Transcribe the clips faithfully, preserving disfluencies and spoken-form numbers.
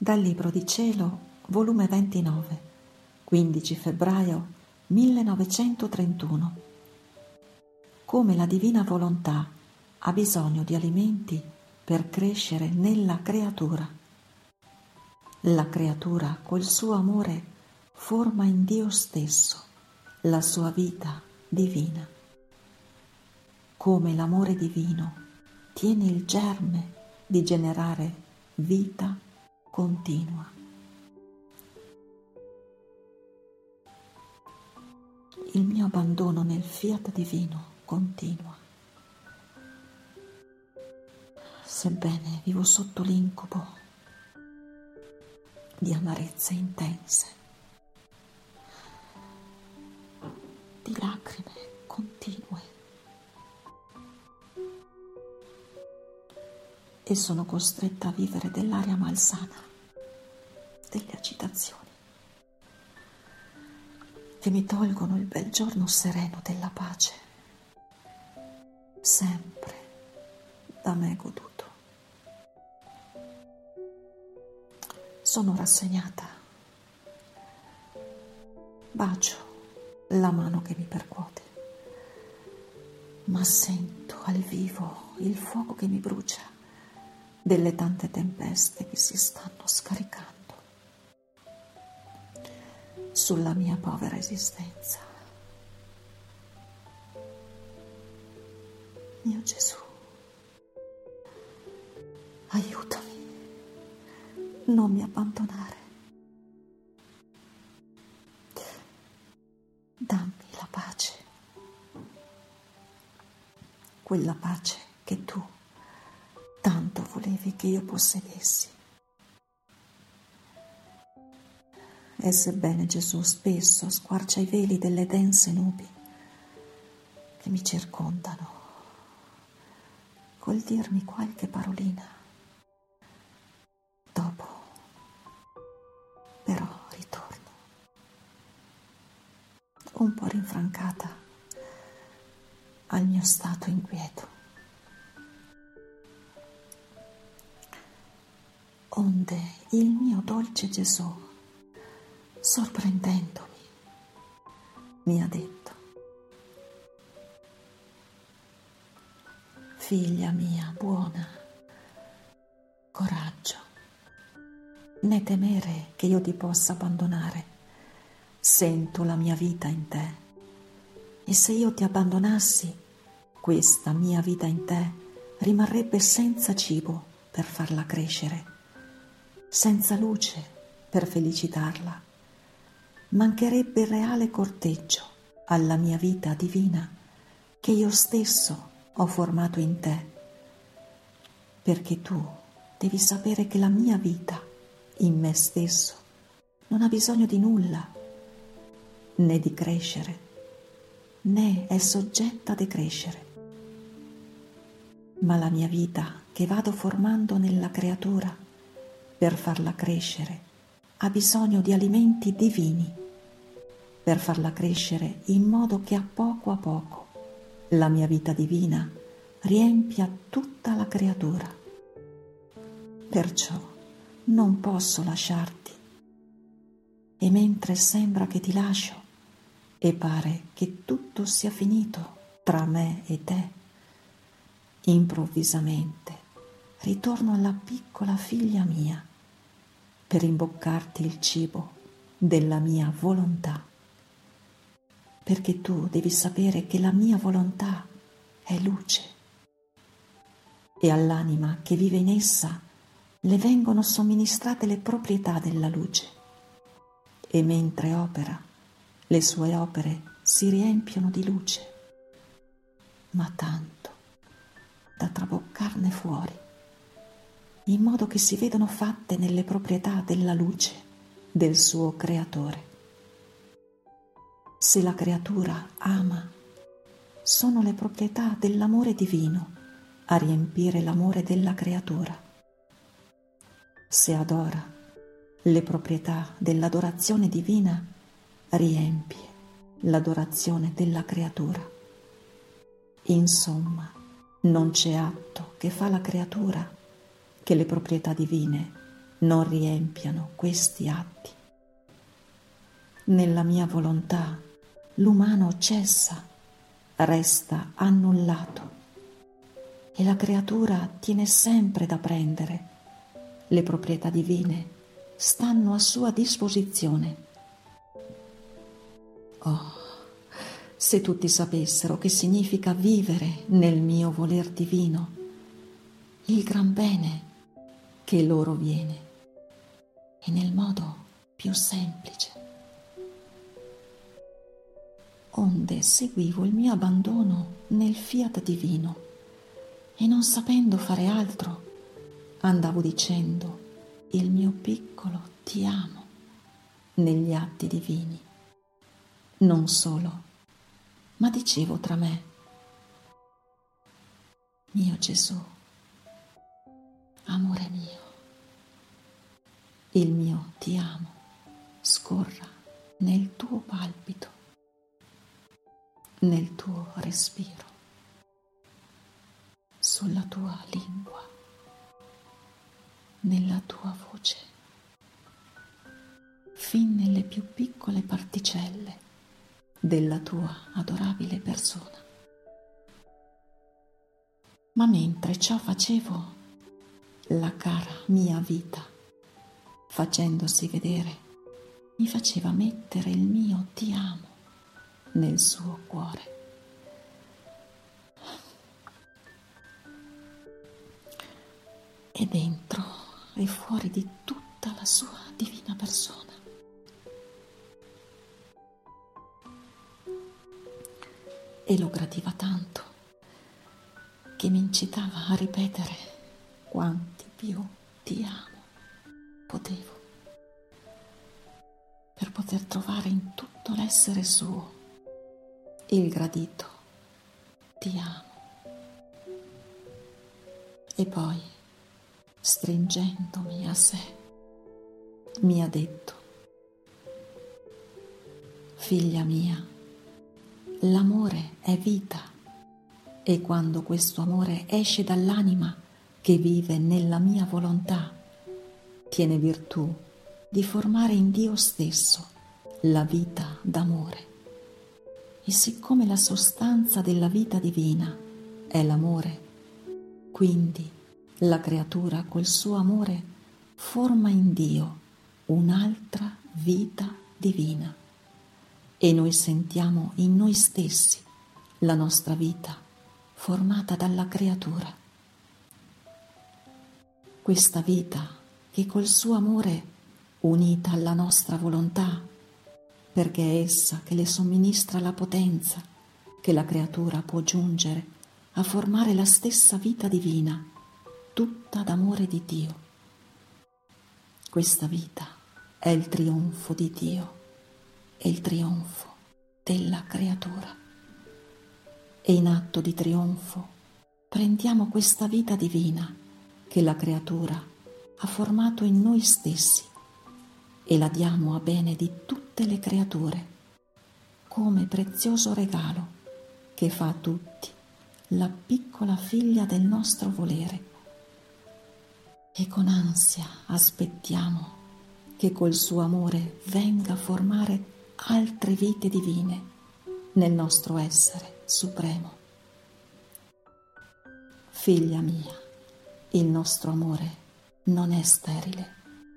Dal Libro di Cielo, volume ventinove, quindici febbraio millenovecentotrentuno. Come la divina volontà ha bisogno di alimenti per crescere nella creatura. La creatura col suo amore forma in Dio stesso la sua vita divina. Come l'amore divino tiene il germe di generare vita continua. Il mio abbandono nel fiat divino continua. Sebbene vivo sotto l'incubo di amarezze intense, di lacrime continue, e sono costretta a vivere dell'aria malsana, delle agitazioni che mi tolgono il bel giorno sereno della pace, sempre da me goduto. Sono rassegnata, bacio la mano che mi percuote, ma sento al vivo il fuoco che mi brucia delle tante tempeste che si stanno scaricando sulla mia povera esistenza. Mio Gesù, aiutami, non mi abbandonare. Dammi la pace, quella pace che tu tanto volevi che io possedessi. E sebbene Gesù spesso squarcia i veli delle dense nubi che mi circondano, col dirmi qualche parolina, dopo però ritorno, un po' rinfrancata, al mio stato inquieto. Onde il mio dolce Gesù, sorprendendomi, mi ha detto: figlia mia buona, coraggio, né temere che io ti possa abbandonare. Sento la mia vita in te, e se io ti abbandonassi, questa mia vita in te rimarrebbe senza cibo per farla crescere, senza luce per felicitarla. Mancherebbe il reale corteggio alla mia vita divina che io stesso ho formato in te, perché tu devi sapere che la mia vita in me stesso non ha bisogno di nulla, né di crescere, né è soggetta a decrescere. Ma la mia vita che vado formando nella creatura per farla crescere ha bisogno di alimenti divini, per farla crescere in modo che a poco a poco la mia vita divina riempia tutta la creatura. Perciò non posso lasciarti, e mentre sembra che ti lascio e pare che tutto sia finito tra me e te, improvvisamente ritorno alla piccola figlia mia per imboccarti il cibo della mia volontà, perché tu devi sapere che la mia volontà è luce, e all'anima che vive in essa le vengono somministrate le proprietà della luce, e mentre opera, le sue opere si riempiono di luce, ma tanto da traboccarne fuori, in modo che si vedono fatte nelle proprietà della luce del suo creatore. Se la creatura ama, sono le proprietà dell'amore divino a riempire l'amore della creatura. Se adora, le proprietà dell'adorazione divina riempie l'adorazione della creatura. Insomma, non c'è atto che fa la creatura che le proprietà divine non riempiano questi atti. Nella mia volontà l'umano cessa, resta annullato e la creatura tiene sempre da prendere. Le proprietà divine stanno a sua disposizione. Oh, se tutti sapessero che significa vivere nel mio voler divino, il gran bene che loro viene e nel modo più semplice. Onde seguivo il mio abbandono nel fiat divino e non sapendo fare altro andavo dicendo il mio piccolo ti amo negli atti divini. Non solo, ma dicevo tra me, mio Gesù, amore mio, il mio ti amo scorra nel tuo palpito, nel tuo respiro, sulla tua lingua, nella tua voce, fin nelle più piccole particelle della tua adorabile persona. Ma mentre ciò facevo, la cara mia vita, facendosi vedere, mi faceva mettere il mio ti amo nel suo cuore. E dentro e fuori di tutta la sua divina persona. E lo gradiva tanto che mi incitava a ripetere quanti più ti amo potevo, per poter trovare in tutto l'essere suo il gradito ti amo. E poi, stringendomi a sé, mi ha detto: figlia mia, l'amore è vita e quando questo amore esce dall'anima che vive nella mia volontà, tiene virtù di formare in Dio stesso la vita d'amore. E siccome la sostanza della vita divina è l'amore, quindi la creatura col suo amore forma in Dio un'altra vita divina e noi sentiamo in noi stessi la nostra vita formata dalla creatura. Questa vita che col suo amore, unita alla nostra volontà, perché è essa che le somministra la potenza che la creatura può giungere a formare la stessa vita divina, tutta d'amore di Dio. Questa vita è il trionfo di Dio e il trionfo della creatura. E in atto di trionfo prendiamo questa vita divina che la creatura ha formato in noi stessi e la diamo a bene di tutte le creature come prezioso regalo che fa a tutti la piccola figlia del nostro volere. E con ansia aspettiamo che col suo amore venga a formare altre vite divine nel nostro essere supremo. Figlia mia, il nostro amore non è sterile,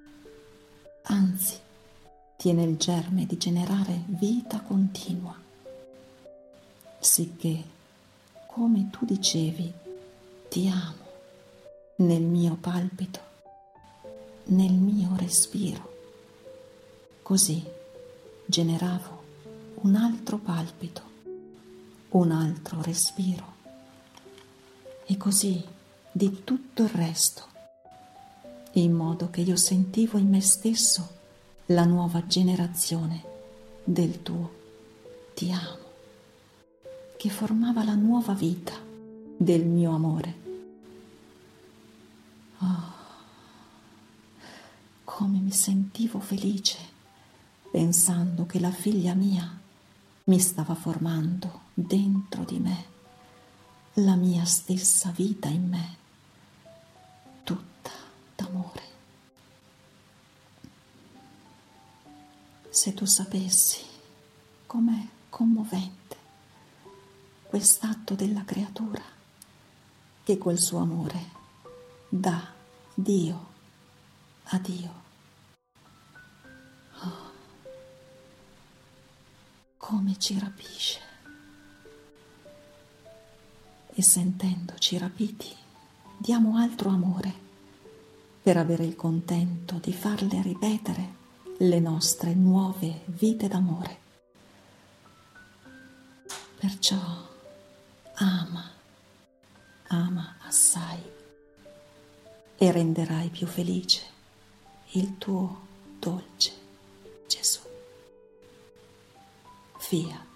anzi tiene il germe di generare vita continua, sicché, come tu dicevi, ti amo nel mio palpito, nel mio respiro, così generavo un altro palpito, un altro respiro e così di tutto il resto, in modo che io sentivo in me stesso la nuova generazione del tuo ti amo, che formava la nuova vita del mio amore. Oh, come mi sentivo felice pensando che la figlia mia mi stava formando dentro di me la mia stessa vita in me, tutta d'amore, Se tu sapessi com'è commovente quest'atto della creatura che col suo amore dà Dio a Dio. Oh, come ci rapisce. E sentendoci rapiti, diamo altro amore per avere il contento di farle ripetere le nostre nuove vite d'amore. Perciò ama, ama assai e renderai più felice il tuo dolce Gesù. Fiat.